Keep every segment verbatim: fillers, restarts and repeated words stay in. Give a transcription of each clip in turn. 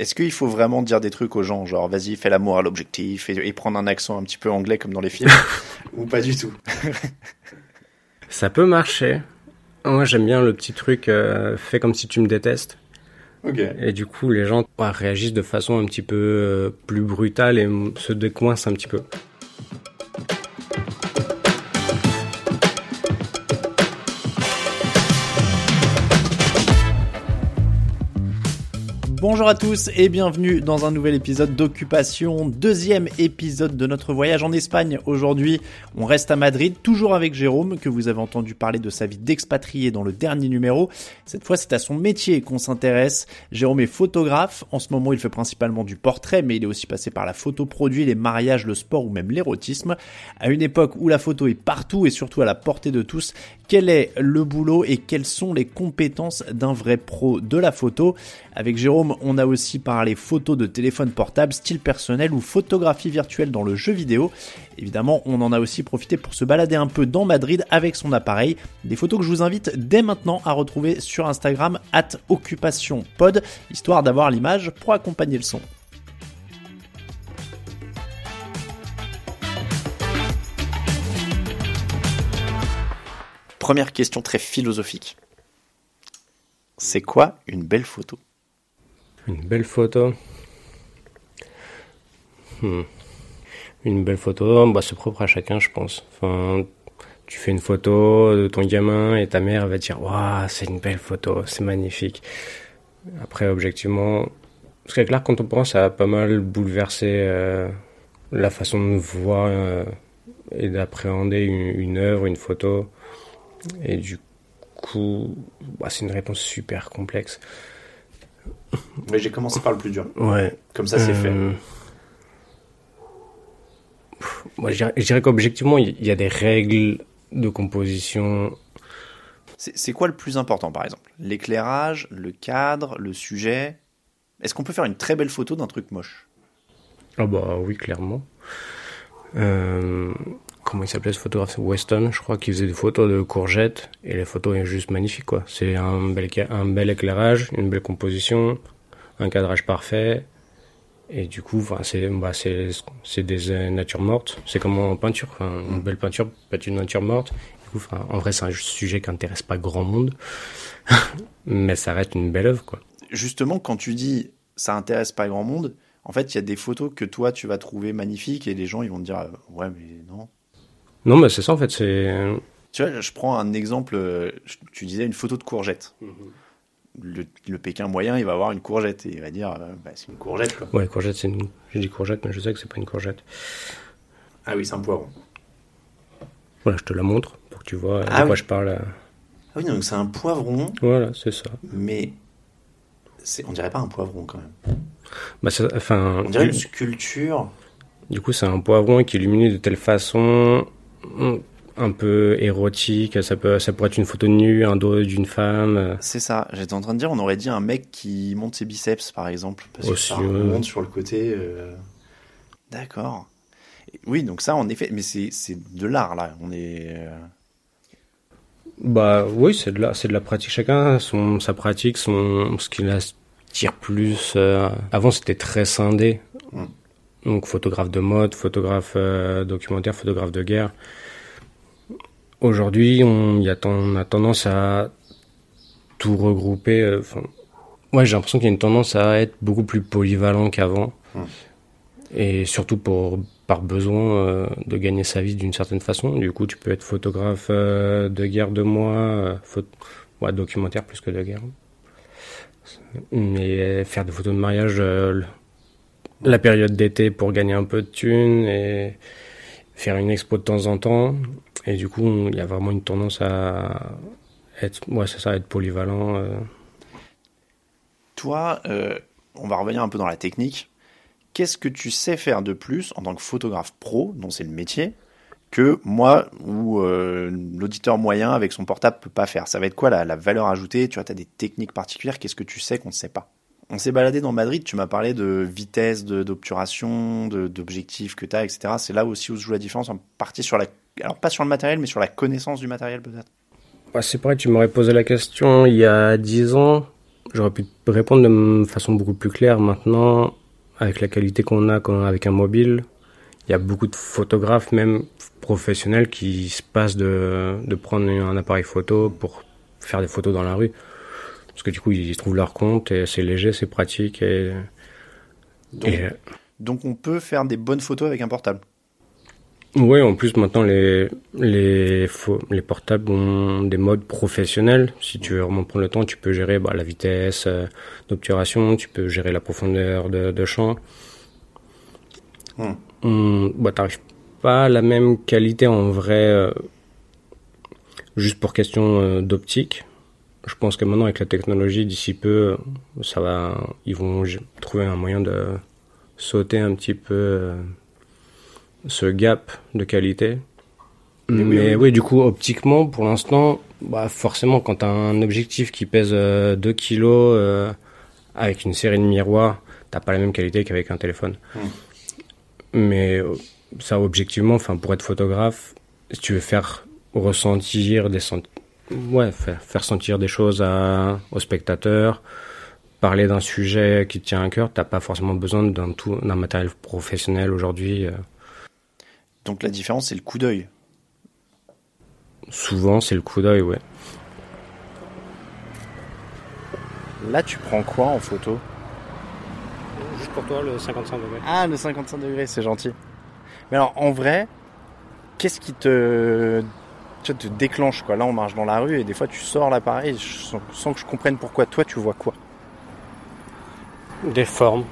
Est-ce qu'il faut vraiment dire des trucs aux gens, genre vas-y, fais l'amour à l'objectif et, et prendre un accent un petit peu anglais comme dans les films ou pas du tout? Ça peut marcher. Moi, j'aime bien le petit truc euh, fais comme si tu me détestes. Ok. Et du coup, les gens ouais, réagissent de façon un petit peu euh, plus brutale et m- se décoincent un petit peu. Bonjour à tous et bienvenue dans un nouvel épisode d'Occupation, deuxième épisode de notre voyage en Espagne. Aujourd'hui, on reste à Madrid, toujours avec Jérôme, que vous avez entendu parler de sa vie d'expatrié dans le dernier numéro. Cette fois, c'est à son métier qu'on s'intéresse. Jérôme est photographe. En ce moment, il fait principalement du portrait, mais il est aussi passé par la photo produit, les mariages, le sport ou même l'érotisme. À une époque où la photo est partout et surtout à la portée de tous, quel est le boulot et quelles sont les compétences d'un vrai pro de la photo? Avec Jérôme, on a aussi parlé photos de téléphone portable, style personnel ou photographie virtuelle dans le jeu vidéo. Évidemment, on en a aussi profité pour se balader un peu dans Madrid avec son appareil. Des photos que je vous invite dès maintenant à retrouver sur Instagram arobase occupationpod, histoire d'avoir l'image pour accompagner le son. Première question très philosophique. C'est quoi une belle photo? Une belle photo. Hmm. Une belle photo, bah, c'est propre à chacun, je pense. Enfin, tu fais une photo de ton gamin et ta mère va te dire « Waouh, c'est une belle photo, c'est magnifique ». Après, objectivement, parce qu'avec l'art contemporain, ça a pas mal bouleversé euh, la façon de voir euh, et d'appréhender une, une œuvre, une photo. Et du coup, bah, c'est une réponse super complexe. Mais j'ai commencé par le plus dur. Ouais. Comme ça, c'est euh... fait. Moi, je dirais, je dirais qu'objectivement, il y a des règles de composition. C'est, c'est quoi le plus important, par exemple? L'éclairage, le cadre, le sujet? Est-ce qu'on peut faire une très belle photo d'un truc moche? Ah bah oui, clairement. Euh, comment il s'appelait ce photographe? Weston, je crois, qui faisait des photos de courgettes. Et les photos sont juste magnifiques, quoi. C'est un bel, un bel éclairage, une belle composition, un cadrage parfait. Et du coup, c'est, bah, c'est, c'est des natures mortes. C'est comme en peinture. Enfin, une belle peinture peut être une nature morte. Du coup, en vrai, c'est un sujet qui n'intéresse pas grand monde. Mais ça reste une belle œuvre, quoi. Justement, quand tu dis ça intéresse pas grand monde, en fait, il y a des photos que toi, tu vas trouver magnifiques et les gens, ils vont te dire « Ouais, mais non ». Non, mais c'est ça, en fait. C'est... Tu vois, je prends un exemple. Tu disais une photo de courgette. Mm-hmm. Le, le Pékin moyen, il va avoir une courgette et il va dire euh, bah, c'est une courgette, quoi. Ouais, courgette, c'est une... J'ai dit courgette, mais je sais que c'est pas une courgette. Ah oui, c'est un poivron. Voilà, je te la montre pour que tu vois ah de oui. quoi je parle. Ah oui, donc c'est un poivron. Voilà, c'est ça. Mais c'est... on dirait pas un poivron quand même. Bah, c'est... Enfin, on dirait une sculpture. Du coup, c'est un poivron qui est illuminé de telle façon, un peu érotique. Ça peut, ça pourrait être une photo nue, un dos d'une femme. C'est ça. J'étais en train de dire, on aurait dit un mec qui monte ses biceps, par exemple, parce Aussi, que ça ouais. monte sur le côté. Euh... D'accord. Oui, donc ça, en effet, mais c'est, c'est de l'art là. On est. Euh... Bah oui, c'est de la, c'est de la pratique. Chacun son, sa pratique, son, ce qui l'attire plus. Euh... Avant, c'était très scindé. Mm. Donc photographe de mode, photographe euh, documentaire, photographe de guerre. Aujourd'hui, on, y a, on a tendance à tout regrouper. Euh, ouais, j'ai l'impression qu'il y a une tendance à être beaucoup plus polyvalent qu'avant. Mmh. Et surtout pour, par besoin euh, de gagner sa vie d'une certaine façon. Du coup, tu peux être photographe euh, de guerre de mois, euh, photo, ouais, documentaire plus que de guerre. Mais faire des photos de mariage... Euh, la période d'été pour gagner un peu de thunes et faire une expo de temps en temps. Et du coup, il y a vraiment une tendance à être, ouais, c'est ça, à être polyvalent. Euh. Toi, euh, on va revenir un peu dans la technique. Qu'est-ce que tu sais faire de plus en tant que photographe pro, dont c'est le métier, que moi ou euh, l'auditeur moyen avec son portable peut pas faire? Ça va être quoi la, la valeur ajoutée? Tu vois, tu as des techniques particulières. Qu'est-ce que tu sais qu'on ne sait pas? On s'est baladé dans Madrid, tu m'as parlé de vitesse, de, d'obturation, de, d'objectifs que tu as, et cetera. C'est là aussi où se joue la différence, en partie sur la... Alors, pas sur le matériel, mais sur la connaissance du matériel, peut-être. Ouais, c'est pareil, tu m'aurais posé la question il y a dix ans. j'aurais pu te répondre de façon beaucoup plus claire. Maintenant, avec la qualité qu'on a quand, avec un mobile, il y a beaucoup de photographes, même professionnels, qui se passent de, de prendre un appareil photo pour faire des photos dans la rue. Parce que du coup, ils trouvent leur compte et c'est léger, c'est pratique. Et, donc, et... donc on peut faire des bonnes photos avec un portable. Oui, en plus maintenant les les les portables ont des modes professionnels. Si tu veux vraiment prendre le temps, tu peux gérer bah, la vitesse euh, d'obturation, tu peux gérer la profondeur de, de champ. Hmm. Hum, bah, t'arrives pas à la même qualité en vrai, euh, juste pour question euh, d'optique. Je pense que maintenant avec la technologie, d'ici peu, ça va, ils vont trouver un moyen de sauter un petit peu. Euh, ce gap de qualité. Mais, Mais oui, oui, du coup, optiquement, pour l'instant, bah, forcément, quand tu as un objectif qui pèse euh, deux kilos euh, avec une série de miroirs, t'as pas la même qualité qu'avec un téléphone. Mmh. Mais ça, objectivement, enfin, pour être photographe, si tu veux faire ressentir des sent... ouais, faire, faire sentir des choses à, aux spectateurs, parler d'un sujet qui te tient à cœur, t'as pas forcément besoin d'un, tout, d'un matériel professionnel aujourd'hui. Euh. Donc la différence, c'est le coup d'œil. Souvent, c'est le coup d'œil, ouais. Là, tu prends quoi en photo ? Juste pour toi, le cinquante-cinq degrés. Ah, le cinquante-cinq degrés, c'est gentil. Mais alors, en vrai, qu'est-ce qui te, tu vois, te déclenche, quoi ? Là, on marche dans la rue et des fois, tu sors l'appareil sans, sans que je comprenne pourquoi. Toi, tu vois quoi ? Des formes.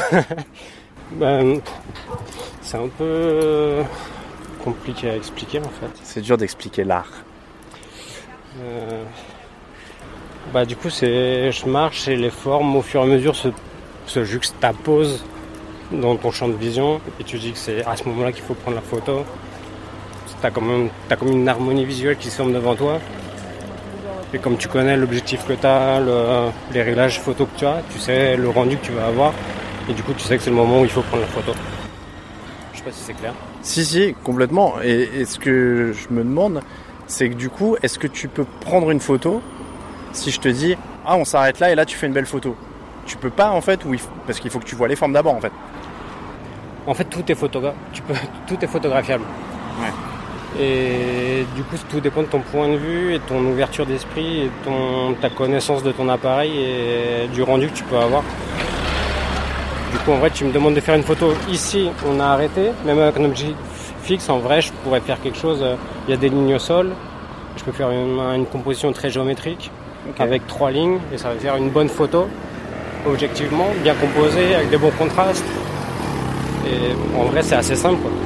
ben, c'est un peu compliqué à expliquer, en fait. C'est dur d'expliquer l'art. Euh, bah, du coup, c'est, je marche et les formes, au fur et à mesure, se, se juxtaposent dans ton champ de vision. Et tu dis que c'est à ce moment-là qu'il faut prendre la photo. T'as comme, un, t'as comme une harmonie visuelle qui se forme devant toi. Et comme tu connais l'objectif que tu as, le, les réglages photo que tu as, tu sais le rendu que tu vas avoir. Et du coup, tu sais que c'est le moment où il faut prendre la photo. Je sais pas si c'est clair. Si, si, complètement. Et, et ce que je me demande, c'est que du coup, est-ce que tu peux prendre une photo si je te dis « Ah, on s'arrête là et là, tu fais une belle photo ». Tu peux pas, en fait, ou il faut, parce qu'il faut que tu vois les formes d'abord, en fait. En fait, tout est, photogra- tu peux, tout est photographiable. Ouais. Et du coup, tout dépend de ton point de vue et de ton ouverture d'esprit et ton, ta connaissance de ton appareil et du rendu que tu peux avoir. Du coup, en vrai, tu me demandes de faire une photo ici, on a arrêté. Même avec un objet fixe, en vrai, je pourrais faire quelque chose. Il y a des lignes au sol. Je peux faire une, une composition très géométrique, okay, avec trois lignes et ça va faire une bonne photo, objectivement, bien composée, avec des bons contrastes. Et en vrai, c'est assez simple, quoi.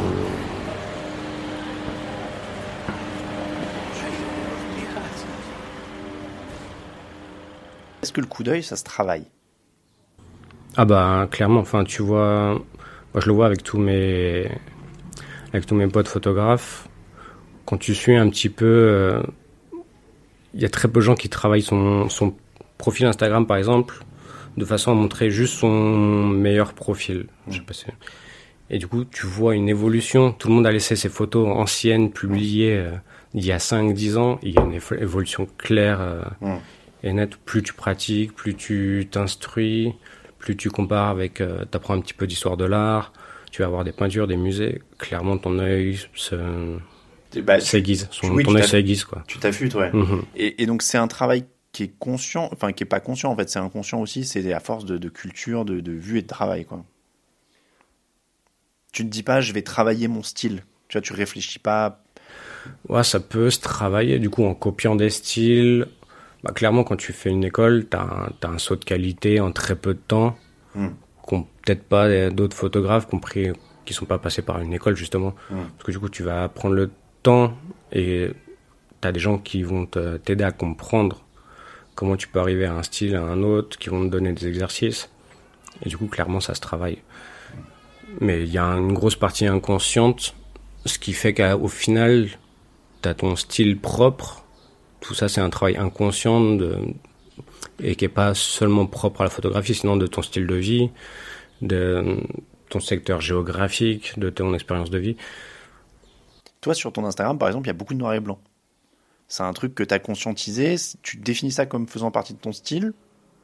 Est-ce que le coup d'œil, ça se travaille ? Ah bah clairement, enfin tu vois, moi je le vois avec tous mes avec tous mes potes photographes. Quand tu suis un petit peu, euh, il y a très peu de gens qui travaillent son son profil Instagram par exemple, de façon à montrer juste son meilleur profil. Mmh. Je sais pas si... Et du coup tu vois une évolution. Tout le monde a laissé ses photos anciennes publiées euh, il y a cinq dix ans. Il y a une évolution claire. Euh, mmh. Et net, plus tu pratiques, plus tu t'instruis, plus tu compares avec, euh, t'apprends un petit peu d'histoire de l'art, tu vas avoir des peintures, des musées, clairement ton œil se, bah, s'aiguise, son, oui, ton œil s'aiguise, quoi. Tu t'affûtes, ouais. Mm-hmm. Et, et donc c'est un travail qui est conscient, enfin qui est pas conscient en fait, c'est inconscient aussi, c'est à force de, de culture, de, de vue et de travail, quoi. Tu te dis pas, je vais travailler mon style, tu vois, tu réfléchis pas. Ouais, ça peut se travailler, du coup, en copiant des styles. Bah, clairement, quand tu fais une école, t'as un, t'as un saut de qualité en très peu de temps, mm. qu'ont peut-être pas d'autres photographes qui ont pris, qui sont pas passés par une école, justement. Mm. Parce que du coup, tu vas prendre le temps et t'as des gens qui vont te, t'aider à comprendre comment tu peux arriver à un style, à un autre, qui vont te donner des exercices. Et du coup, clairement, ça se travaille. Mais il y a une grosse partie inconsciente, ce qui fait qu'au final, t'as ton style propre. Tout ça, c'est un travail inconscient de, et qui n'est pas seulement propre à la photographie, sinon de ton style de vie, de ton secteur géographique, de ton expérience de vie. Toi, sur ton Instagram, par exemple, il y a beaucoup de noir et blanc. C'est un truc que tu as conscientisé. Tu définis ça comme faisant partie de ton style ?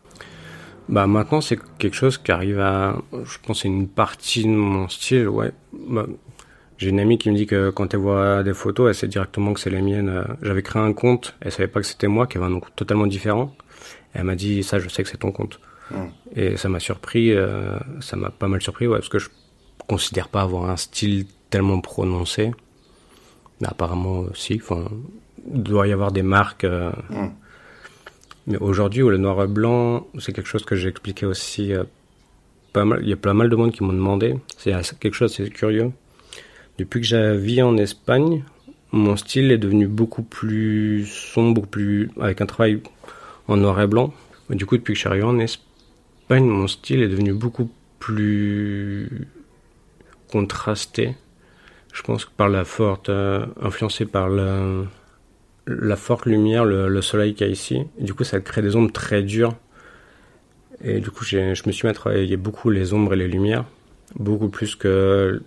Bah maintenant c'est quelque chose qui arrive à, je pense c'est une partie de mon style, ouais. Bah, j'ai une amie qui me dit que quand elle voit des photos, elle sait directement que c'est les miennes. J'avais créé un compte, elle savait pas que c'était moi, qui avait un nom totalement différent. Et elle m'a dit ça, je sais que c'est ton compte. Mmh. Et ça m'a surpris, euh, ça m'a pas mal surpris, ouais, parce que je considère pas avoir un style tellement prononcé. Mais apparemment si, enfin, il doit y avoir des marques. Euh, mmh. Mais aujourd'hui, où le noir et blanc, c'est quelque chose que j'ai expliqué aussi euh, pas mal. Il y a pas mal de monde qui m'ont demandé. C'est quelque chose, c'est curieux. Depuis que je vis en Espagne, mon style est devenu beaucoup plus sombre, beaucoup plus avec un travail en noir et blanc. Du coup, depuis que je suis arrivé en Espagne, mon style est devenu beaucoup plus contrasté. Je pense que par la forte, euh, influencé par la, la forte lumière, le, le soleil qu'il y a ici. Et du coup, ça crée des ombres très dures. Et du coup, j'ai, je me suis mis à travailler beaucoup les ombres et les lumières, beaucoup plus que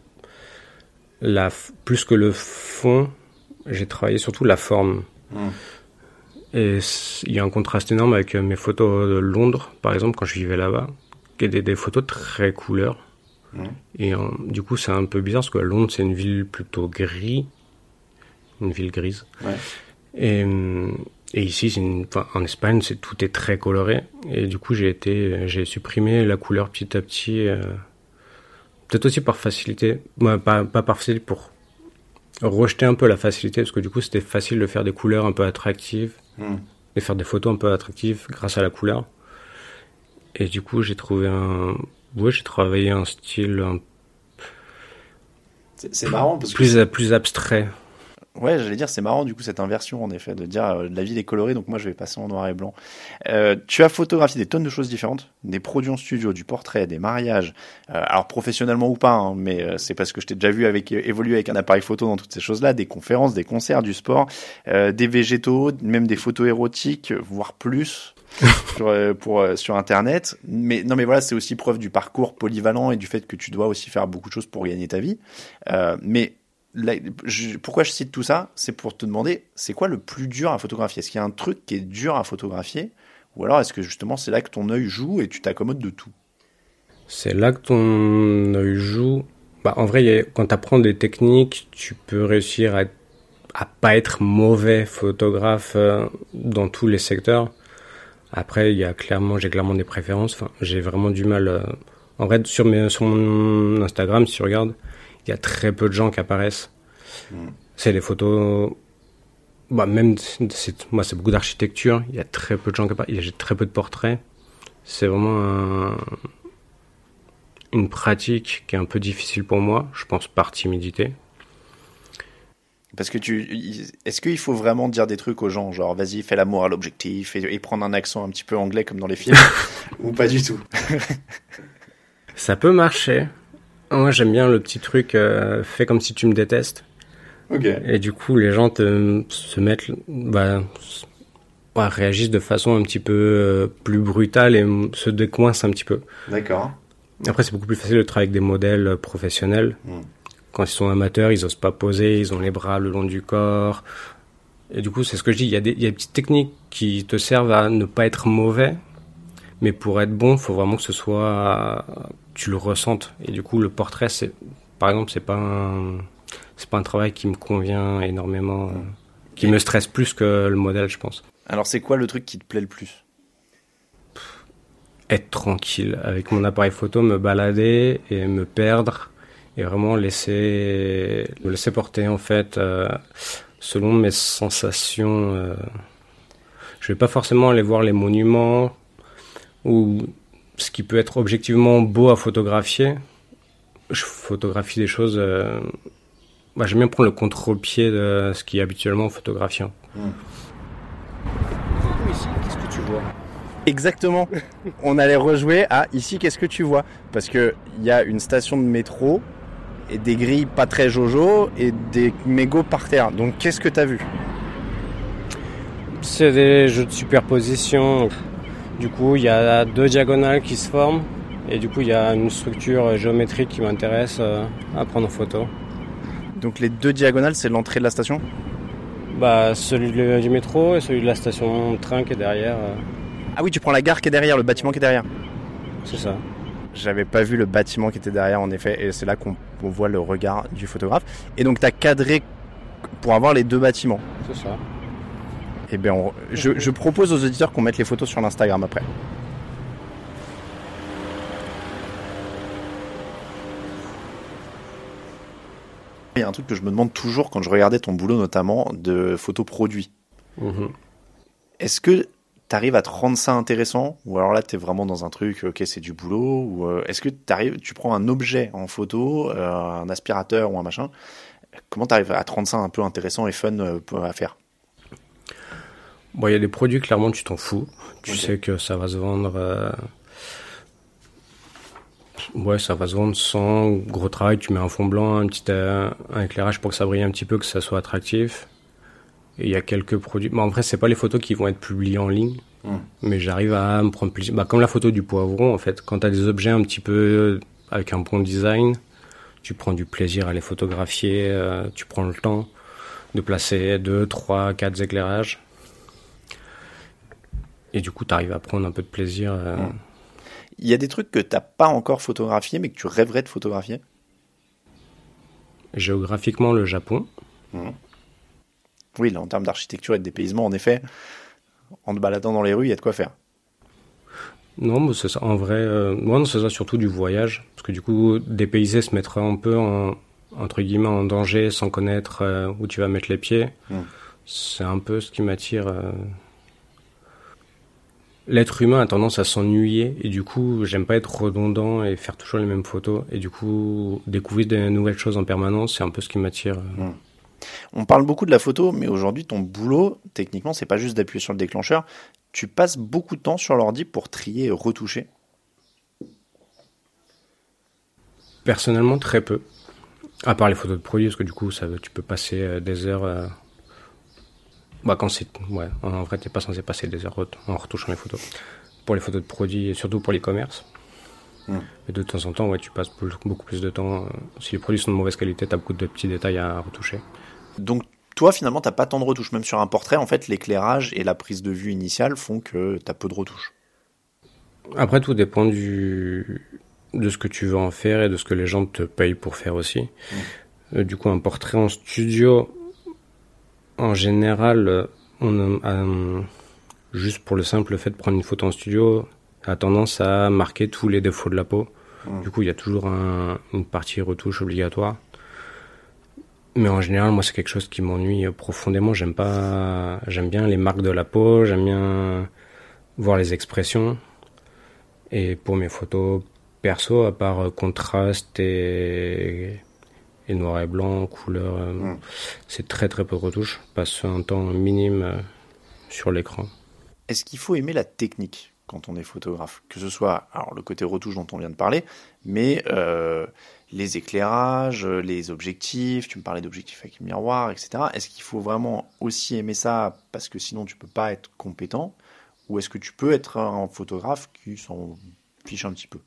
la, plus que le fond. J'ai travaillé surtout la forme. Mmh. Et il y a un contraste énorme avec mes photos de Londres, par exemple, quand je vivais là-bas, qui étaient des, des photos très couleurs. Mmh. Et euh, du coup, c'est un peu bizarre parce que Londres, c'est une ville plutôt gris, une ville grise. Ouais. Et, et ici, c'est une, enfin, en Espagne, c'est, tout est très coloré. Et du coup, j'ai été, j'ai supprimé la couleur petit à petit, euh, peut-être aussi par facilité, ouais, pas, pas par facilité, pour rejeter un peu la facilité, parce que du coup, c'était facile de faire des couleurs un peu attractives, mmh. et faire des photos un peu attractives grâce à la couleur. Et du coup, j'ai trouvé un, ouais, j'ai travaillé un style un... c'est, c'est marrant parce plus, que plus abstrait. Ouais, j'allais dire, c'est marrant du coup cette inversion en effet, de dire euh, la ville est colorée, donc moi je vais passer en noir et blanc. Euh, tu as photographié des tonnes de choses différentes, des produits en studio, du portrait, des mariages, euh, alors professionnellement ou pas, hein, mais euh, c'est parce que je t'ai déjà vu avec, euh, évoluer avec un appareil photo dans toutes ces choses-là, des conférences, des concerts, du sport, euh, des végétaux, même des photos érotiques, voire plus. sur, euh, pour, euh, sur internet, mais non mais voilà, c'est aussi preuve du parcours polyvalent et du fait que tu dois aussi faire beaucoup de choses pour gagner ta vie. Euh, mais là, je, pourquoi je cite tout ça, c'est pour te demander, c'est quoi le plus dur à photographier? Est-ce qu'il y a un truc qui est dur à photographier, ou alors est-ce que justement c'est là que ton œil joue et tu t'accommodes de tout? C'est là que ton œil joue. Bah, en vrai, y a, quand tu apprends des techniques, tu peux réussir à, à pas être mauvais photographe euh, dans tous les secteurs. Après, il y a clairement, j'ai clairement des préférences. Enfin, j'ai vraiment du mal. Euh... En vrai, sur, mes, sur mon Instagram, si tu regardes, il y a très peu de gens qui apparaissent. Mmh. C'est des photos. Bah, même, c'est, moi, c'est beaucoup d'architecture. Il y a très peu de gens qui apparaissent. J'ai très peu de portraits. C'est vraiment un, une pratique qui est un peu difficile pour moi. Je pense par timidité. Parce que tu, est-ce qu'il faut vraiment dire des trucs aux gens, genre vas-y fais l'amour à l'objectif et, et prendre un accent un petit peu anglais comme dans les films, ou pas du tout? Ça peut marcher. Moi j'aime bien le petit truc euh, fais comme si tu me détestes. Ok. Et du coup les gens te, se mettent, bah, bah, réagissent de façon un petit peu euh, plus brutale et se décoincent un petit peu. D'accord. Après c'est beaucoup plus facile de travailler avec des modèles professionnels. Mm. Quand ils sont amateurs, ils osent pas poser, ils ont les bras le long du corps. Et du coup, c'est ce que je dis, il y a des, il y a des petites techniques qui te servent à ne pas être mauvais, mais pour être bon, il faut vraiment que ce soit, tu le ressentes. Et du coup, le portrait, c'est, par exemple, c'est pas un, c'est pas un travail qui me convient énormément, mmh. qui me stresse plus que le modèle, je pense. Alors, c'est quoi le truc qui te plaît le plus? Être tranquille, avec mon appareil photo, me balader et me perdre. Et vraiment laisser, me laisser porter en fait euh, selon mes sensations. Euh, je vais pas forcément aller voir les monuments ou ce qui peut être objectivement beau à photographier. Je photographie des choses. Euh, bah, j'aime bien prendre le contre-pied de ce qui est habituellement photographié. Mmh. Ici, qu'est-ce que tu vois? Exactement. On allait rejouer à ici, qu'est-ce que tu vois? Parce que il y a une station de métro. Et des grilles pas très jojo et des mégots par terre. Donc qu'est-ce que t'as vu? C'est des jeux de superposition. Du coup, il y a deux diagonales qui se forment. Et du coup, il y a une structure géométrique qui m'intéresse à prendre en photo. Donc les deux diagonales, c'est l'entrée de la station? Bah, celui du métro et celui de la station de train qui est derrière. Ah oui, tu prends la gare qui est derrière, le bâtiment qui est derrière. C'est ça. J'avais pas vu le bâtiment qui était derrière, en effet, et c'est là qu'on on voit le regard du photographe. Et donc, tu as cadré pour avoir les deux bâtiments. C'est ça. Eh bien, on- je, je propose aux auditeurs qu'on mette les photos sur l'Instagram après. Il y a un truc que je me demande toujours quand je regardais ton boulot, notamment de photos produits. Mhm. Est-ce que tu arrives à te rendre ça intéressant, ou alors là tu es vraiment dans un truc, ok, c'est du boulot, ou euh, est-ce que t'arrives, tu prends un objet en photo, euh, un aspirateur ou un machin, comment tu arrives à te rendre ça un peu intéressant et fun euh, pour- à faire? Bon, il y a des produits, clairement, tu t'en fous. Tu Ok. sais que ça va se vendre. euh, Ouais, ça va se vendre sans gros travail. Tu mets un fond blanc, un petit euh, un éclairage pour que ça brille un petit peu, que ça soit attractif. Et il y a quelques produits. Bon, en vrai, c'est pas les photos qui vont être publiées en ligne, Mm. mais j'arrive à me prendre plaisir. Bah, comme la photo du poivron, en fait. Quand t'as des objets un petit peu euh, avec un bon design, tu prends du plaisir à les photographier. euh, tu prends le temps de placer deux, trois, quatre éclairages. Et du coup, t'arrives à prendre un peu de plaisir. euh, Mm. Il y a des trucs que t'as pas encore photographiés, mais que tu rêverais de photographier? Géographiquement, le Japon. Oui, là, en termes d'architecture et de dépaysement, en effet, en te baladant dans les rues, il y a de quoi faire. Non, mais c'est ça. En vrai, euh, moi, non, c'est ça, surtout du voyage. Parce que du coup, dépayser, se mettre un peu en, entre guillemets, en danger sans connaître euh, où tu vas mettre les pieds, Mm. c'est un peu ce qui m'attire. euh. L'être humain a tendance à s'ennuyer et du coup, j'aime pas être redondant et faire toujours les mêmes photos. Et du coup, découvrir de nouvelles choses en permanence, c'est un peu ce qui m'attire. euh. On parle beaucoup de la photo, mais aujourd'hui, ton boulot, techniquement, c'est pas juste d'appuyer sur le déclencheur. Tu passes beaucoup de temps sur l'ordi pour trier et retoucher. Personnellement, très peu. À part les photos de produits, parce que du coup, ça, tu peux passer euh, des heures. euh, Bah, quand c'est. Ouais, en vrai, t'es pas censé passer des heures en retouchant les photos. Pour les photos de produits, et surtout pour l'e-commerce. Mm. Mais de temps en temps, ouais, tu passes beaucoup plus de temps. euh, Si les produits sont de mauvaise qualité, t'as beaucoup de petits détails à retoucher. Donc, toi, finalement, t'as pas tant de retouches. Même sur un portrait, en fait, l'éclairage et la prise de vue initiale font que t'as peu de retouches. Après, tout dépend du de ce que tu veux en faire et de ce que les gens te payent pour faire aussi. Mm. Euh, du coup, un portrait en studio, en général, euh, on a, euh, juste pour le simple fait de prendre une photo en studio, a tendance à marquer tous les défauts de la peau. Mm. Du coup, il y a toujours un, une partie retouche obligatoire. Mais en général, moi, c'est quelque chose qui m'ennuie profondément. J'aime pas, j'aime bien les marques de la peau, j'aime bien voir les expressions. Et pour mes photos perso, à part euh, contraste et, et noir et blanc, couleur, euh, Mm. c'est très très peu de retouches. Je passe un temps minime euh, sur l'écran. Est-ce qu'il faut aimer la technique quand on est photographe? Que ce soit alors, le côté retouche dont on vient de parler, mais euh, les éclairages, les objectifs, tu me parlais d'objectifs avec miroir, et cetera. Est-ce qu'il faut vraiment aussi aimer ça parce que sinon tu peux pas être compétent? Ou est-ce que tu peux être un photographe qui s'en fiche un petit peu?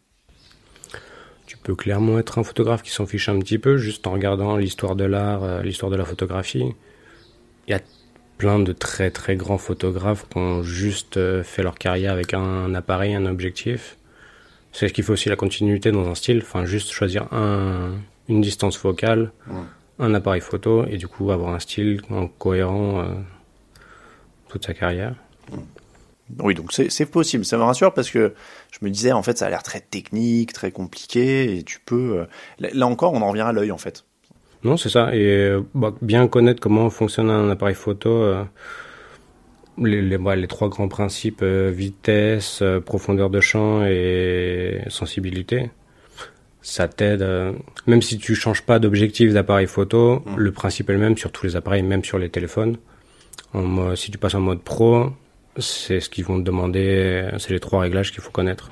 Tu peux clairement être un photographe qui s'en fiche un petit peu, juste en regardant l'histoire de l'art, euh, l'histoire de la photographie. Il y a plein de très très grands photographes qui ont juste euh, fait leur carrière avec un appareil, un objectif. C'est ce qui fait aussi la continuité dans un style, enfin juste choisir un, une distance focale, Mmh. un appareil photo, et du coup avoir un style en cohérent euh, toute sa carrière. Oui, donc c'est c'est possible. Ça me rassure parce que je me disais, en fait, ça a l'air très technique, très compliqué, et tu peux... euh, Là, là encore, on en revient à l'œil, en fait. Non, c'est ça. Et euh, bah, bien connaître comment fonctionne un appareil photo, euh, les, les, bah, les trois grands principes, euh, vitesse, euh, profondeur de champ et sensibilité, ça t'aide. Euh, même si tu changes pas d'objectif d'appareil photo, Mmh. le principe est le même sur tous les appareils, même sur les téléphones. En mode, si tu passes en mode pro, c'est ce qu'ils vont te demander, c'est les trois réglages qu'il faut connaître.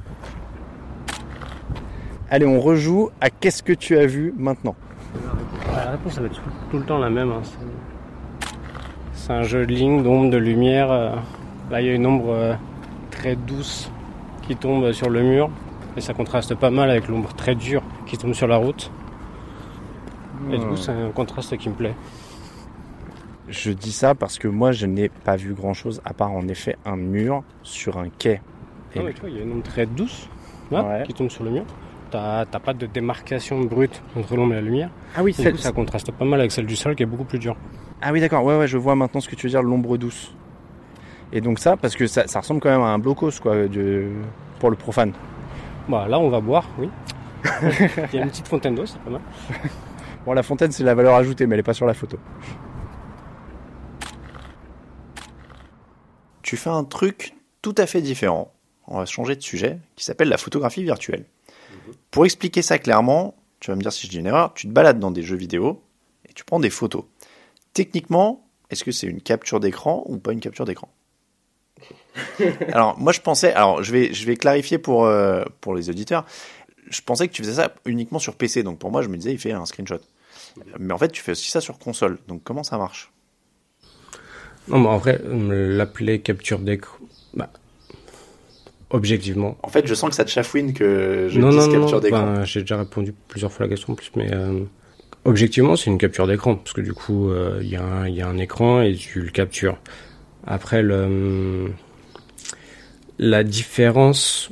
Allez, on rejoue à qu'est-ce que tu as vu maintenant? La réponse, ça va être tout, tout le temps la même. Hein. C'est... c'est un jeu de lignes, d'ombre, de lumière. Euh, Là, il y a une ombre euh, très douce qui tombe sur le mur. Et ça contraste pas mal avec l'ombre très dure qui tombe sur la route. Et du coup, c'est un contraste qui me plaît. Je dis ça parce que moi, je n'ai pas vu grand-chose à part, en effet, un mur sur un quai. Et Ah ouais, tu vois, il y a une ombre très douce. là, Ouais. qui tombe sur le mur. T'as, t'as pas de démarcation brute entre l'ombre et la lumière. Ah oui, Et du coup, ça contraste pas mal avec celle du sol qui est beaucoup plus dure. Ah oui, d'accord. Ouais, ouais, je vois maintenant ce que tu veux dire, l'ombre douce. Et donc ça, parce que ça, ça ressemble quand même à un blocos, quoi, de... pour le profane. Bah, là, on va boire, oui. Il y a une petite fontaine d'eau, c'est pas mal. Bon, la fontaine, c'est la valeur ajoutée, mais elle est pas sur la photo. Tu fais un truc tout à fait différent. On va changer de sujet, qui s'appelle la photographie virtuelle. Mmh. Pour expliquer ça clairement, tu vas me dire si je dis une erreur, tu te balades dans des jeux vidéo et tu prends des photos. Techniquement, est-ce que c'est une capture d'écran ou pas une capture d'écran ? Alors, moi, je pensais... Alors, je vais, je vais clarifier pour, euh, pour les auditeurs. Je pensais que tu faisais ça uniquement sur P C. Donc, pour moi, je me disais, il fait un screenshot. Mais en fait, tu fais aussi ça sur console. Donc, comment ça marche ? Non, mais en vrai, l'appeler capture d'écran... Bah, objectivement... En fait, je sens que ça te chafouine que je non, dise non, capture non, d'écran. Ben, j'ai déjà répondu plusieurs fois à la question en plus, mais... Euh, objectivement, c'est une capture d'écran. Parce que du coup, il euh, y, y a un écran et tu le captures. Après, le... La différence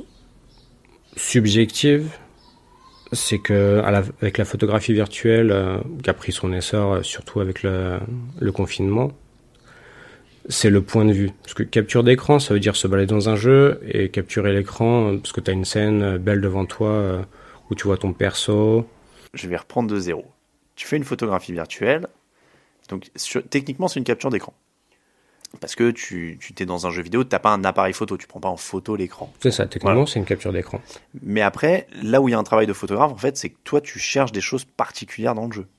subjective, c'est que à la, avec la photographie virtuelle, euh, qui a pris son essor, euh, surtout avec le, le confinement, c'est le point de vue. Parce que capture d'écran, ça veut dire se balader dans un jeu, et capturer l'écran, euh, parce que tu as une scène belle devant toi, euh, où tu vois ton perso. Je vais reprendre de zéro. Tu fais une photographie virtuelle, donc sur, techniquement, c'est une capture d'écran. Parce que tu, tu t'es dans un jeu vidéo, tu n'as pas un appareil photo, tu prends pas en photo l'écran. C'est ça, techniquement, voilà. C'est une capture d'écran. Mais après, là où il y a un travail de photographe, en fait, c'est que toi, tu cherches des choses particulières dans le jeu.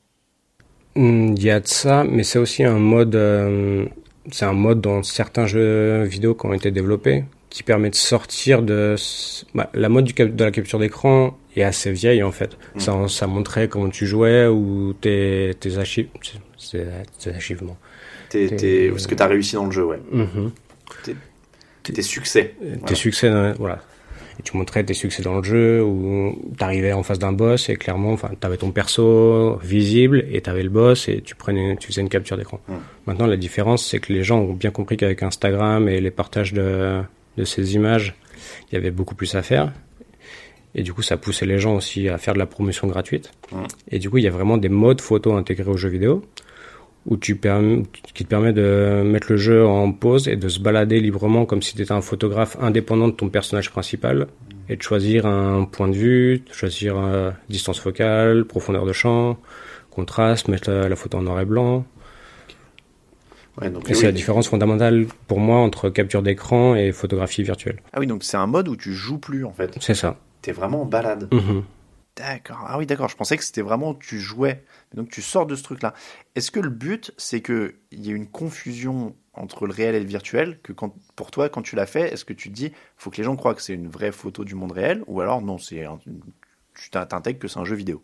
Il y a de ça, mais c'est aussi un mode, euh, c'est un mode dans certains jeux vidéo qui ont été développés, qui permet de sortir de... Bah, la mode du cap- de la capture d'écran est assez vieille, en fait. Mmh. Ça, ça montrait comment tu jouais ou tes, tes archives... C'est, tes archivements. T'es, t'es, t'es, ce que tu as réussi dans le jeu, ouais. Mm-hmm. T'es, tes succès. Tes voilà. succès, dans, voilà. Et tu montrais tes succès dans le jeu, où t'arrivais en face d'un boss et clairement, enfin, t'avais ton perso visible et t'avais le boss et tu prenais, tu faisais une capture d'écran. Mm. Maintenant, la différence, c'est que les gens ont bien compris qu'avec Instagram et les partages de, de ces images, il y avait beaucoup plus à faire. Et du coup, ça poussait les gens aussi à faire de la promotion gratuite. Mm. Et du coup, il y a vraiment des modes photo intégrés aux jeux vidéo, où tu permets, qui te permet de mettre le jeu en pause et de se balader librement comme si tu étais un photographe indépendant de ton personnage principal et de choisir un point de vue, de choisir euh, distance focale, profondeur de champ, contraste, mettre la, la photo en noir et blanc. Ouais, donc, et oui, c'est oui, la mais... différence fondamentale pour moi entre capture d'écran et photographie virtuelle. Ah oui, donc c'est un mode où tu joues plus en fait. C'est ça. T'es vraiment en balade. Mm-hmm. D'accord. Ah oui, d'accord. Je pensais que c'était vraiment tu jouais. Donc tu sors de ce truc-là. Est-ce que le but, c'est qu'il y ait une confusion entre le réel et le virtuel, que quand, pour toi, quand tu l'as fait, est-ce que tu te dis, faut que les gens croient que c'est une vraie photo du monde réel, ou alors non, c'est un, tu t'intègres que c'est un jeu vidéo?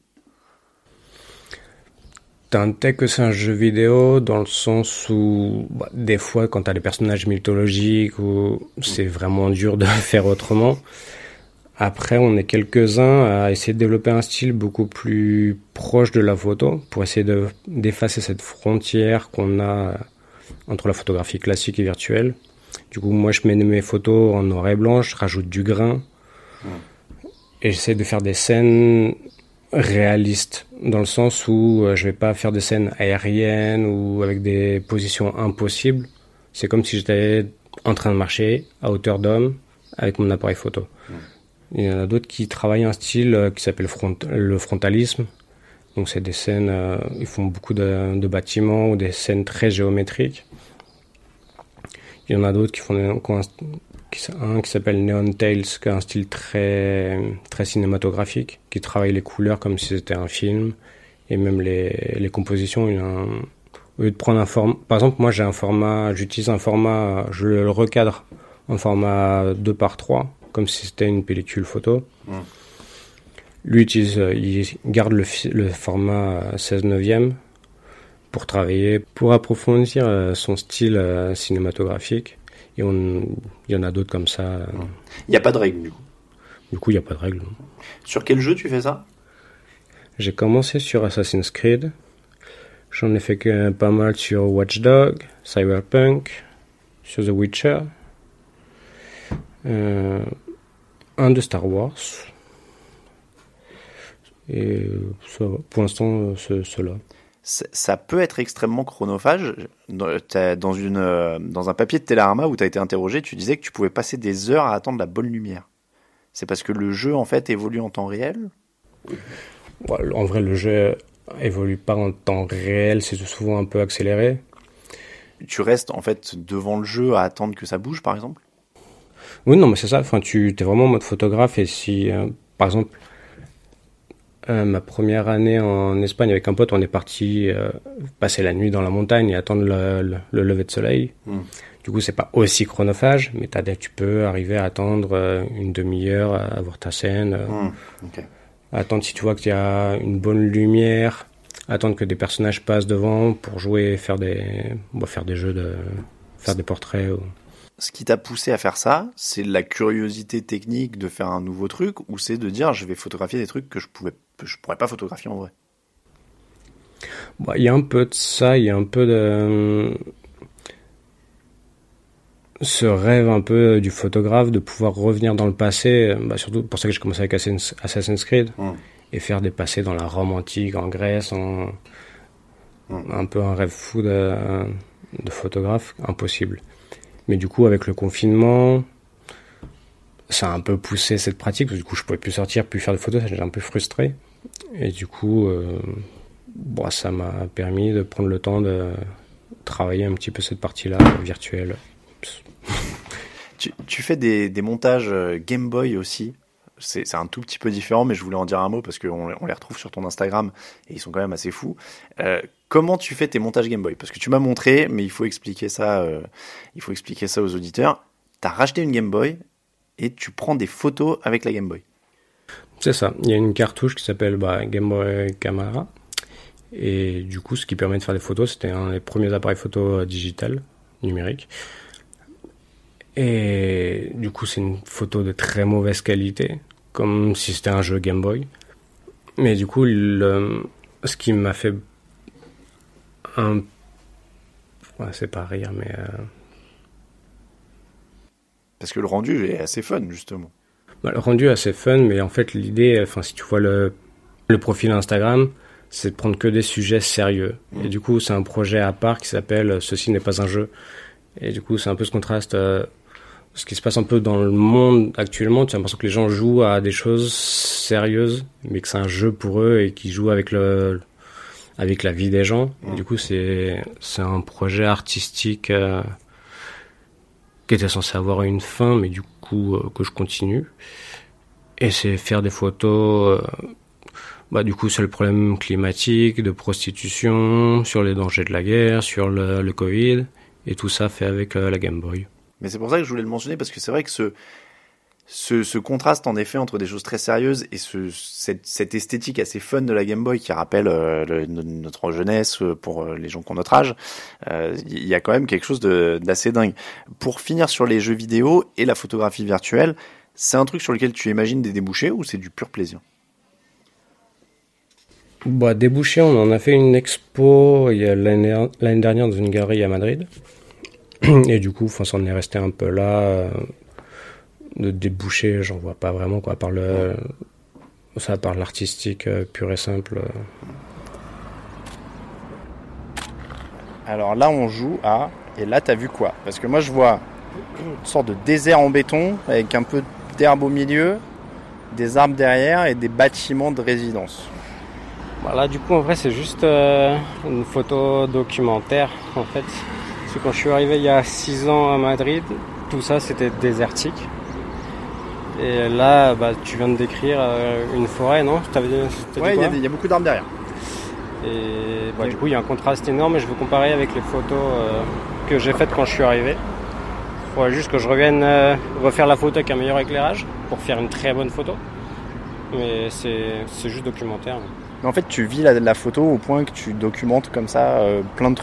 T'intègres que c'est un jeu vidéo dans le sens où, bah, des fois, quand t'as des personnages mythologiques, où c'est vraiment dur de faire autrement. Après, on est quelques-uns à essayer de développer un style beaucoup plus proche de la photo pour essayer de, d'effacer cette frontière qu'on a entre la photographie classique et virtuelle. Du coup, moi, je mets mes photos en noir et blanc, je rajoute du grain mmh. et j'essaie de faire des scènes réalistes dans le sens où je vais pas faire des scènes aériennes ou avec des positions impossibles. C'est comme si j'étais en train de marcher à hauteur d'homme avec mon appareil photo. Mmh. Il y en a d'autres qui travaillent un style euh, qui s'appelle front, le frontalisme. Donc c'est des scènes, euh, ils font beaucoup de, de bâtiments ou des scènes très géométriques. Il y en a d'autres qui font des, qui ont un, qui, un qui s'appelle Neon Tales, qui a un style très, très cinématographique, qui travaille les couleurs comme si c'était un film. Et même les, les compositions, il y a un, au lieu de prendre un format, par exemple, moi j'ai un format, j'utilise un format, je le recadre en format deux par trois. Comme si c'était une pellicule photo. Mmh. Lui, utilise, il garde le, le format seize neuvième pour travailler, pour approfondir son style cinématographique. Et on, il y en a d'autres comme ça. Mmh. Il n'y a pas de règle, du coup. Du coup, il n'y a pas de règle. Sur quel jeu tu fais ça? J'ai commencé sur Assassin's Creed. J'en ai fait que pas mal sur Watch Dogs, Cyberpunk, sur The Witcher. Euh, un de Star Wars. Et ça va. Pour l'instant, c'est cela. Ça peut être extrêmement chronophage. Dans, une, dans un papier de Télérama où tu as été interrogé, tu disais que tu pouvais passer des heures à attendre la bonne lumière. C'est parce que le jeu, en fait, évolue en temps réel ? Ouais, en vrai, le jeu évolue pas en temps réel, c'est souvent un peu accéléré. Tu restes, en fait, devant le jeu à attendre que ça bouge, par exemple ? Oui, non, mais c'est ça. Enfin, tu es vraiment en mode photographe et si, euh, par exemple, euh, ma première année en Espagne avec un pote, on est parti euh, passer la nuit dans la montagne et attendre le, le, le lever de soleil. Mm. Du coup, c'est pas aussi chronophage, mais t'as, tu peux arriver à attendre euh, une demi-heure à voir ta scène. Euh, mm. Okay. Attendre si tu vois qu'il y a une bonne lumière, attendre que des personnages passent devant pour jouer, faire des, bon, faire des jeux, de, faire des portraits. Ou... Ce qui t'a poussé à faire ça, c'est la curiosité technique de faire un nouveau truc, ou c'est de dire je vais photographier des trucs que je pouvais, que je pourrais pas photographier en vrai. Bon, il y a un peu de ça, il y a un peu de ce rêve un peu du photographe de pouvoir revenir dans le passé, bah surtout pour ça que j'ai commencé avec Assassin's Creed mmh. et faire des passés dans la Rome antique, en Grèce, en... Mmh. un peu un rêve fou de, de photographe, impossible. Mais du coup avec le confinement, ça a un peu poussé cette pratique, parce que du coup je pouvais plus sortir, plus faire de photos, ça j'étais un peu frustré. Et du coup, euh, bon, ça m'a permis de prendre le temps de travailler un petit peu cette partie-là virtuelle. Tu, tu fais des, des montages Game Boy aussi. C'est, c'est un tout petit peu différent, mais je voulais en dire un mot parce qu'on on les retrouve sur ton Instagram et ils sont quand même assez fous. Euh, comment tu fais tes montages Game Boy ? Parce que tu m'as montré, mais il faut expliquer ça, euh, il faut expliquer ça aux auditeurs. Tu as racheté une Game Boy et tu prends des photos avec la Game Boy. C'est ça. Il y a une cartouche qui s'appelle bah, Game Boy Camera. Et du coup, ce qui permet de faire des photos, c'était un des premiers appareils photo euh, digital, numérique. Et du coup, c'est une photo de très mauvaise qualité, comme si c'était un jeu Game Boy. Mais du coup, le, ce qui m'a fait un... Ouais, c'est pas rire, mais... Euh... Parce que le rendu est assez fun, justement. Bah, le rendu est assez fun, mais en fait, l'idée, enfin, si tu vois le, le profil Instagram, c'est de prendre que des sujets sérieux. Mmh. Et du coup, c'est un projet à part qui s'appelle « Ceci n'est pas un jeu ». Et du coup, c'est un peu ce contraste... Euh, ce qui se passe un peu dans le monde actuellement, tu as l'impression que les gens jouent à des choses sérieuses, mais que c'est un jeu pour eux et qu'ils jouent avec le, avec la vie des gens. Mmh. Et du coup, c'est, c'est un projet artistique euh, qui était censé avoir une fin, mais du coup, euh, que je continue. Et c'est faire des photos, euh, bah, du coup, c'est le problème climatique, de prostitution, sur les dangers de la guerre, sur le, le Covid, et tout ça fait avec euh, la Game Boy. Mais c'est pour ça que je voulais le mentionner, parce que c'est vrai que ce, ce, ce contraste, en effet, entre des choses très sérieuses et ce, cette, cette esthétique assez fun de la Game Boy qui rappelle euh, le, notre jeunesse pour les gens qui ont notre âge, euh, il y a quand même quelque chose de, d'assez dingue. Pour finir sur les jeux vidéo et la photographie virtuelle, c'est un truc sur lequel tu imagines des débouchés ou c'est du pur plaisir ? Bah, débouchés, on en a fait une expo il y a l'année, l'année dernière dans une galerie à Madrid. Et du coup, enfin, ça en est resté un peu là. Euh, de déboucher, j'en vois pas vraiment, quoi, à part le, ça, à part l'artistique euh, pur et simple. Euh. Alors là, on joue à. Et là, t'as vu quoi ? Parce que moi, je vois une sorte de désert en béton avec un peu d'herbe au milieu, des arbres derrière et des bâtiments de résidence. Voilà, du coup, en vrai, c'est juste euh, une photo documentaire, en fait. Parce que quand je suis arrivé il y a six ans à Madrid, tout ça c'était désertique. Et là, bah, tu viens de décrire euh, une forêt, non ? Ouais, il y, y a beaucoup d'arbres derrière. Et bah, oui. Du coup, il y a un contraste énorme et je veux comparer avec les photos euh, que j'ai faites quand je suis arrivé. Il faudrait juste que je revienne euh, refaire la photo avec un meilleur éclairage pour faire une très bonne photo. Mais c'est, c'est juste documentaire. Mais en fait, tu vis la, la photo au point que tu documentes comme ça euh, plein de trucs ?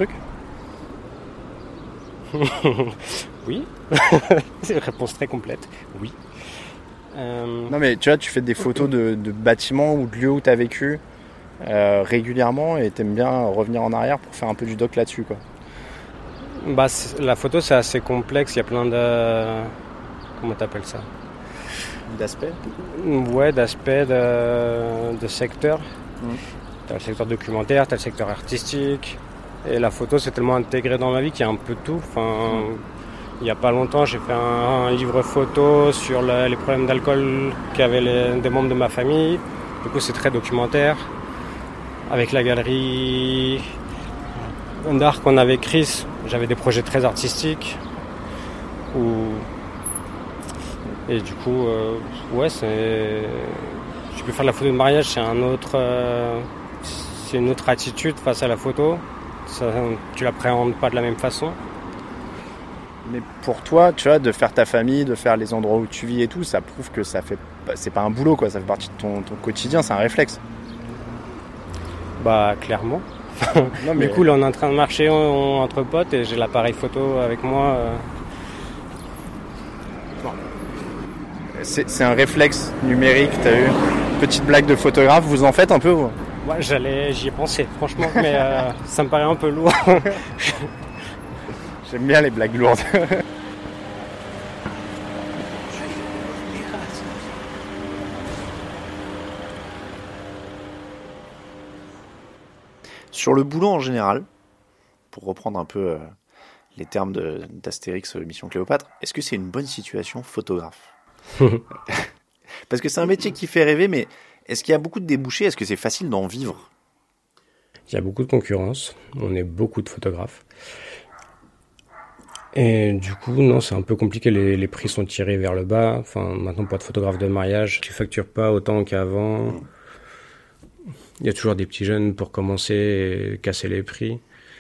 Oui, c'est une réponse très complète, oui. Euh... Non mais tu vois, tu fais des photos de, de bâtiments ou de lieux où tu as vécu euh, régulièrement et t'aimes bien revenir en arrière pour faire un peu du doc là-dessus, quoi. Bah, la photo c'est assez complexe, il y a plein de... Comment t'appelles ça ? D'aspect? Ouais, d'aspect, de, de secteur. Mmh. T'as le secteur documentaire, t'as le secteur artistique. Et la photo, c'est tellement intégré dans ma vie qu'il y a un peu de tout. Enfin, mmh. Il n'y a pas longtemps, j'ai fait un, un livre photo sur le, les problèmes d'alcool qu'avaient les, des membres de ma famille. Du coup, c'est très documentaire. Avec la galerie d'art qu'on avait Chris, j'avais des projets très artistiques. Où... Et du coup, euh, ouais, c'est... Tu peux faire de la photo de mariage, c'est un autre, euh... c'est une autre attitude face à la photo. Ça, tu l'appréhendes pas de la même façon. Mais pour toi, tu vois, de faire ta famille, de faire les endroits où tu vis et tout, ça prouve que ça fait, c'est pas un boulot, quoi. Ça fait partie de ton, ton quotidien, c'est un réflexe. Bah, clairement. Non, mais... Du coup, là, on est en train de marcher on, entre potes et j'ai l'appareil photo avec moi. Euh... Bon. C'est, c'est un réflexe numérique, t'as vu? Petite blague de photographe, vous en faites un peu, vous? Ouais, j'allais, j'y ai pensé, franchement, mais euh, ça me paraît un peu lourd. J'aime bien les blagues lourdes. Sur le boulot en général, pour reprendre un peu euh, les termes de, d'Astérix euh, Mission Cléopâtre, est-ce que c'est une bonne situation photographe? Parce que c'est un métier qui fait rêver, mais est-ce qu'il y a beaucoup de débouchés? Est-ce que c'est facile d'en vivre? Il y a beaucoup de concurrence, on est beaucoup de photographes. Et du coup, non, c'est un peu compliqué, les, les prix sont tirés vers le bas. Enfin, maintenant, pour être photographe de mariage, tu factures pas autant qu'avant. Mmh. Il y a toujours des petits jeunes pour commencer et casser les prix.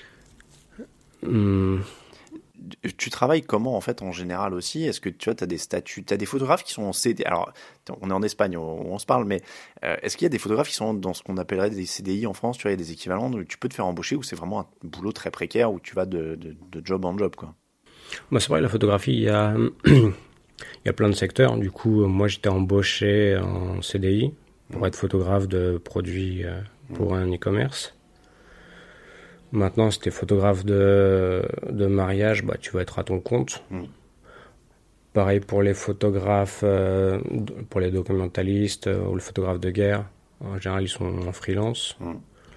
Mmh. Tu travailles comment, en fait, en général aussi? Est-ce que tu vois, tu as des statuts, tu as des photographes qui sont en C D I? Alors, on est en Espagne, où on se parle, mais euh, est-ce qu'il y a des photographes qui sont dans ce qu'on appellerait des C D I en France? Tu vois, il y a des équivalents où tu peux te faire embaucher, où c'est vraiment un boulot très précaire, où tu vas de, de, de job en job, quoi? Bah, c'est vrai, la photographie, il y a, il y a plein de secteurs. Du coup, moi, j'étais embauché en C D I pour mmh. être photographe de produits pour mmh. un e-commerce. Maintenant, si t'es photographe de, de mariage, bah, tu vas être à ton compte. Mmh. Pareil pour les photographes, euh, pour les documentalistes euh, ou les photographes de guerre. En général, ils sont en freelance. Mmh.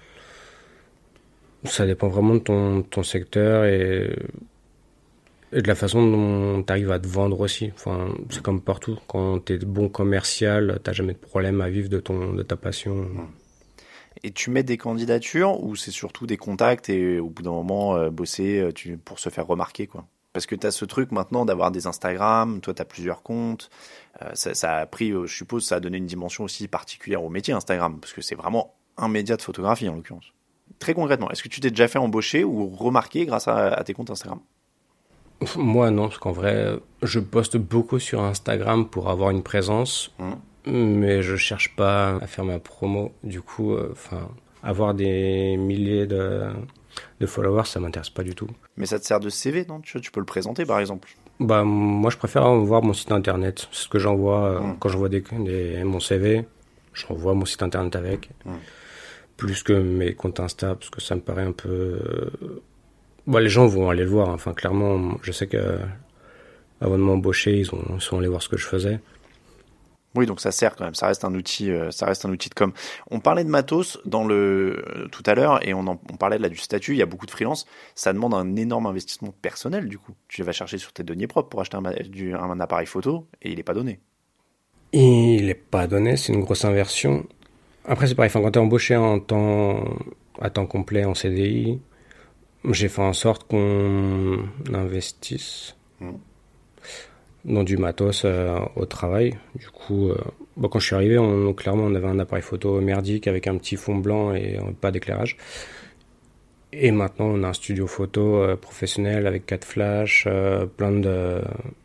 Ça dépend vraiment de ton, ton secteur et, et de la façon dont tu arrives à te vendre aussi. Enfin, c'est comme partout. Quand tu es bon commercial, tu n'as jamais de problème à vivre de, ton, de ta passion. Mmh. Et tu mets des candidatures ou c'est surtout des contacts et au bout d'un moment, euh, bosser tu, pour se faire remarquer, quoi? Parce que tu as ce truc maintenant d'avoir des Instagram, toi tu as plusieurs comptes. Euh, ça, ça a pris, euh, je suppose, ça a donné une dimension aussi particulière au métier Instagram, parce que c'est vraiment un média de photographie en l'occurrence. Très concrètement, est-ce que tu t'es déjà fait embaucher ou remarquer grâce à, à tes comptes Instagram? Moi non, parce qu'en vrai, je poste beaucoup sur Instagram pour avoir une présence. Mmh. Mais je cherche pas à faire ma promo. Du coup, enfin, euh, avoir des milliers de, de followers, ça m'intéresse pas du tout. Mais ça te sert de C V, non? tu, tu peux le présenter, par exemple? Bah, moi, je préfère voir mon site internet. C'est ce que j'envoie mmh. euh, quand j'envoie des, des, mon C V. J'envoie mon site internet avec. Mmh. Plus que mes comptes Insta, parce que ça me paraît un peu... Euh... Bah, les gens vont aller le voir. Hein. Enfin, clairement, je sais que avant de m'embaucher, ils, ont, ils sont allés voir ce que je faisais. Oui, donc ça sert quand même, ça reste un outil, euh, ça reste un outil de com. On parlait de matos dans le euh, tout à l'heure et on, en, on parlait là du statut. Il y a beaucoup de freelance, ça demande un énorme investissement personnel du coup. Tu vas chercher sur tes deniers propres pour acheter un, du, un appareil photo et il est pas donné. Il est pas donné, c'est une grosse inversion. Après c'est pareil, enfin, quand t'es embauché en temps à temps complet en C D I, j'ai fait en sorte qu'on investisse. Mmh. dans du matos euh, au travail. Du coup, euh, bon, quand je suis arrivé, on, clairement, on avait un appareil photo merdique avec un petit fond blanc et euh, pas d'éclairage. Et maintenant, on a un studio photo euh, professionnel avec quatre flashs, euh, plein de,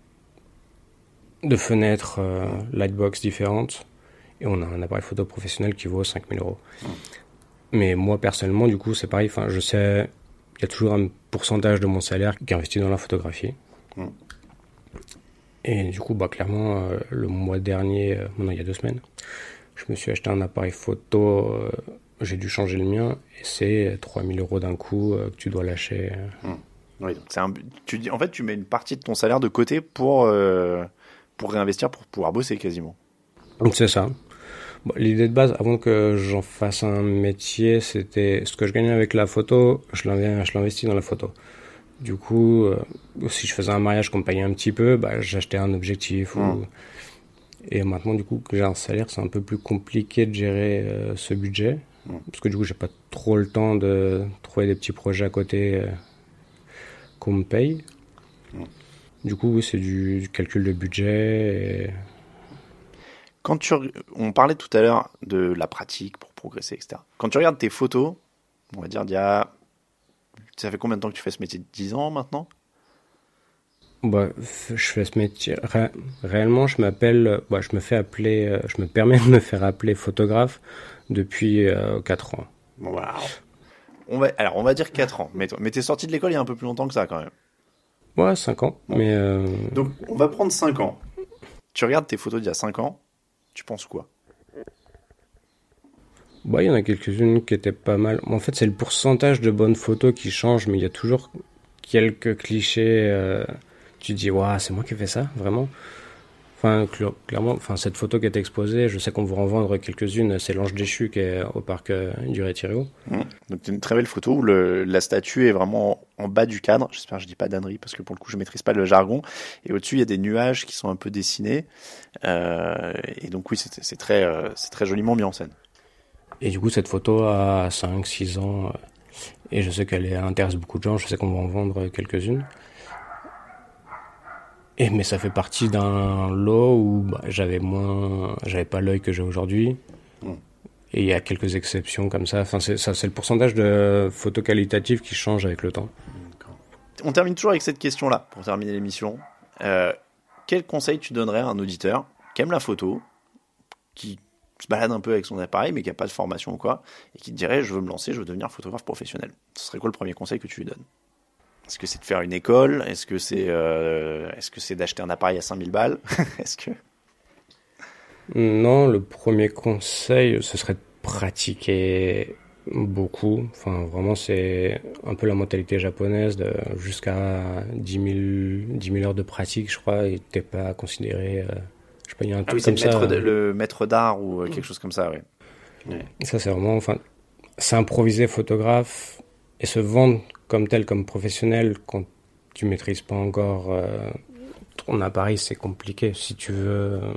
de fenêtres, euh, lightbox différentes. Et on a un appareil photo professionnel qui vaut cinq mille euros. Mmh. Mais moi, personnellement, du coup, c'est pareil. Enfin, je sais, il y a toujours un pourcentage de mon salaire qui est investi dans la photographie. Mmh. Et du coup, bah, clairement, euh, le mois dernier, euh, non, il y a deux semaines, je me suis acheté un appareil photo, euh, j'ai dû changer le mien, et c'est trois mille euros d'un coup euh, que tu dois lâcher. Mmh. Oui, donc c'est un, tu dis, en fait, tu mets une partie de ton salaire de côté pour, euh, pour réinvestir, pour pouvoir bosser quasiment. Donc c'est ça. Bon, l'idée de base, avant que j'en fasse un métier, c'était ce que je gagnais avec la photo, je l'investis dans la photo. Du coup, euh, si je faisais un mariage qu'on me payait un petit peu, bah, j'achetais un objectif. Mmh. Ou... Et maintenant, du coup, que j'ai un salaire, c'est un peu plus compliqué de gérer euh, ce budget. Mmh. Parce que du coup, j'ai pas trop le temps de trouver des petits projets à côté euh, qu'on me paye. Mmh. Du coup, oui, c'est du, du calcul de budget. Et... Quand tu, on parlait tout à l'heure de la pratique pour progresser, et cetera. Quand tu regardes tes photos, on va dire d'il y a... Ça fait combien de temps que tu fais ce métier? dix ans maintenant? Bah, je fais ce métier. Ré- réellement, je m'appelle, bah, je me fais appeler, je me permets de me faire appeler photographe depuis euh, quatre ans. Wow. On va, alors, on va dire quatre ans. Mais, mais t'es sorti de l'école il y a un peu plus longtemps que ça, quand même. Ouais, cinq ans. Bon. Mais euh... Donc, on va prendre cinq ans. Tu regardes tes photos d'il y a cinq ans, tu penses quoi? Bah, il y en a quelques-unes qui étaient pas mal. En fait, c'est le pourcentage de bonnes photos qui change, mais il y a toujours quelques clichés. Euh, tu te dis, waouh, c'est moi qui ai fait ça, vraiment. Enfin, cl- clairement, enfin, cette photo qui est exposée, je sais qu'on va en vendre quelques-unes. C'est l'ange déchu qui est au parc euh, du Retiro. Mmh. Donc, c'est une très belle photo où le, la statue est vraiment en bas du cadre. J'espère que je dis pas d'ânerie parce que pour le coup, je maîtrise pas le jargon. Et au-dessus, il y a des nuages qui sont un peu dessinés. Euh, et donc, oui, c'est, c'est, très, euh, c'est très joliment mis en scène. Et du coup, cette photo a cinq six ans, et je sais qu'elle intéresse beaucoup de gens, je sais qu'on va en vendre quelques-unes. Et, mais ça fait partie d'un lot où bah, j'avais moins, j'avais pas l'œil que j'ai aujourd'hui. Mmh. Et il y a quelques exceptions comme ça. Enfin, c'est, ça, c'est le pourcentage de photos qualitatives qui change avec le temps. D'accord. On termine toujours avec cette question-là, pour terminer l'émission. Euh, quel conseil tu donnerais à un auditeur qui aime la photo, qui se balade un peu avec son appareil, mais qui n'a pas de formation ou quoi, et qui te dirait, je veux me lancer, je veux devenir photographe professionnel? Ce serait quoi le premier conseil que tu lui donnes? Est-ce que c'est de faire une école? Est-ce que c'est, euh, est-ce que c'est d'acheter un appareil à cinq mille balles? Est-ce que... Non, le premier conseil, ce serait de pratiquer beaucoup. Enfin, vraiment, c'est un peu la mentalité japonaise, de jusqu'à dix mille heures de pratique, je crois, et t'es pas considéré... Euh, Je sais pas, il y a un ah truc oui, c'est comme le maître, ça. De, le maître d'art ou quelque chose comme ça, oui. Ouais. Ça, c'est vraiment, enfin, s'improviser photographe et se vendre comme tel, comme professionnel, quand tu maîtrises pas encore euh, ton appareil, c'est compliqué. Si tu veux, euh...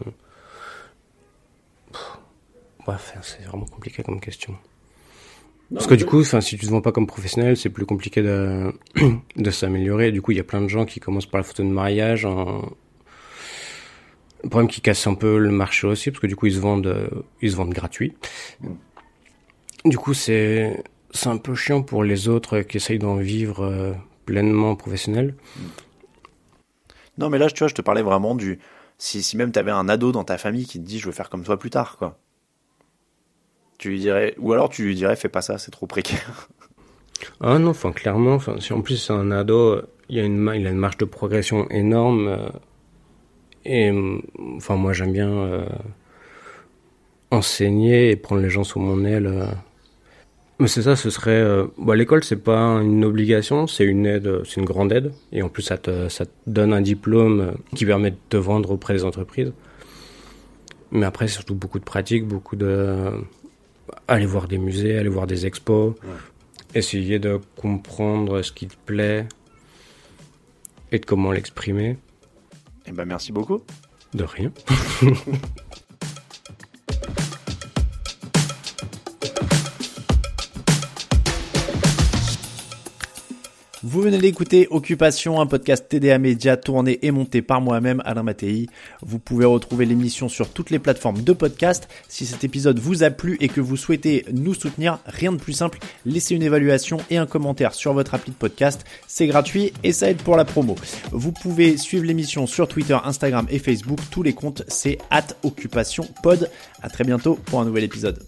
bref, c'est vraiment compliqué comme question. Non, Parce que du coup, enfin, si tu te vends pas comme professionnel, c'est plus compliqué de de s'améliorer. Du coup, il y a plein de gens qui commencent par la photo de mariage en Le problème qui casse un peu le marché aussi, parce que du coup ils se vendent, euh, ils se vendent gratuits. Mm. Du coup c'est c'est un peu chiant pour les autres qui essayent d'en vivre euh, pleinement professionnel. Mm. Non mais là tu vois, je te parlais vraiment du si si même t'avais un ado dans ta famille qui te dit je veux faire comme toi plus tard quoi. Tu lui dirais, ou alors tu lui dirais fais pas ça, c'est trop précaire. Ah non, enfin clairement, enfin si en plus c'est un ado, il y a une il a une marge de progression énorme. Euh, Et enfin moi j'aime bien euh, enseigner et prendre les gens sous mon aile. Euh. Mais c'est ça, ce serait. Euh, bah, l'école c'est pas une obligation, c'est une aide, c'est une grande aide. Et en plus ça te ça te donne un diplôme qui permet de te vendre auprès des entreprises. Mais après c'est surtout beaucoup de pratique, beaucoup de euh, aller voir des musées, aller voir des expos, ouais. Essayer de comprendre ce qui te plaît et de comment l'exprimer. Eh ben merci beaucoup. De rien. Vous venez d'écouter Occupation, un podcast T D A Média tourné et monté par moi-même, Alain Mattei. Vous pouvez retrouver l'émission sur toutes les plateformes de podcast. Si cet épisode vous a plu et que vous souhaitez nous soutenir, rien de plus simple, laissez une évaluation et un commentaire sur votre appli de podcast. C'est gratuit et ça aide pour la promo. Vous pouvez suivre l'émission sur Twitter, Instagram et Facebook. Tous les comptes, c'est arobase occupation pod. À très bientôt pour un nouvel épisode.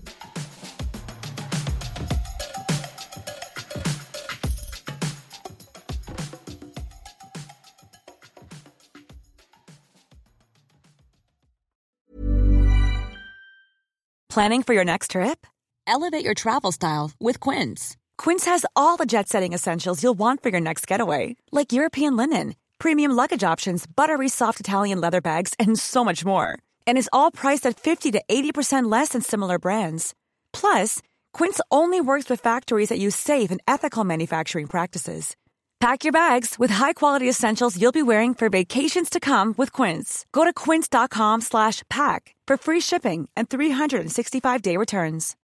Planning for your next trip? Elevate your travel style with Quince. Quince has all the jet-setting essentials you'll want for your next getaway, like European linen, premium luggage options, buttery soft Italian leather bags, and so much more. And is all priced at fifty to eighty percent less than similar brands. Plus, Quince only works with factories that use safe and ethical manufacturing practices. Pack your bags with high-quality essentials you'll be wearing for vacations to come with Quince. Go to quince.com slash pack for free shipping and three sixty-five day returns.